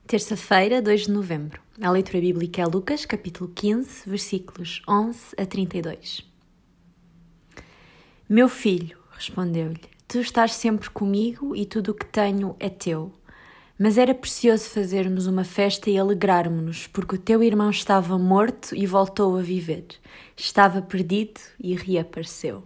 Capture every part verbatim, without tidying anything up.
Terça-feira, dois de novembro. A leitura bíblica é Lucas, capítulo quinze, versículos onze a trinta e dois. Meu filho, respondeu-lhe, tu estás sempre comigo e tudo o que tenho é teu. Mas era precioso fazermos uma festa e alegrarmos-nos, porque o teu irmão estava morto e voltou a viver. Estava perdido e reapareceu.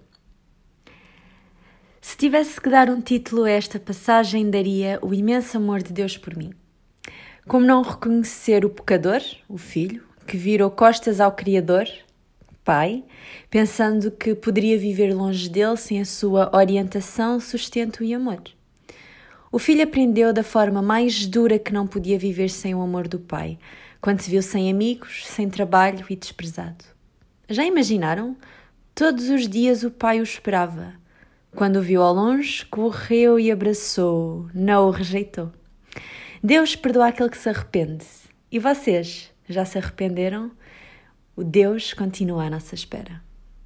Se tivesse que dar um título a esta passagem, daria O Imenso Amor de Deus por Mim. Como não reconhecer o pecador, o filho, que virou costas ao Criador, pai, pensando que poderia viver longe dele sem a sua orientação, sustento e amor. O filho aprendeu da forma mais dura que não podia viver sem o amor do pai, quando se viu sem amigos, sem trabalho e desprezado. Já imaginaram? Todos os dias o pai o esperava. Quando o viu ao longe, correu e abraçou, não o rejeitou. Deus perdoa aquele que se arrepende. E vocês, já se arrependeram? O Deus continua à nossa espera.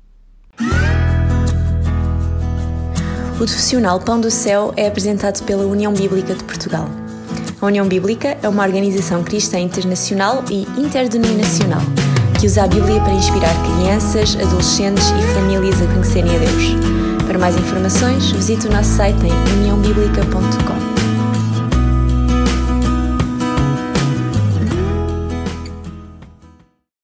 O Devocional Pão do Céu é apresentado pela União Bíblica de Portugal. A União Bíblica é uma organização cristã internacional e interdenominacional que usa a Bíblia para inspirar crianças, adolescentes e famílias a conhecerem a Deus. Para mais informações, visite o nosso site em união biblica ponto com.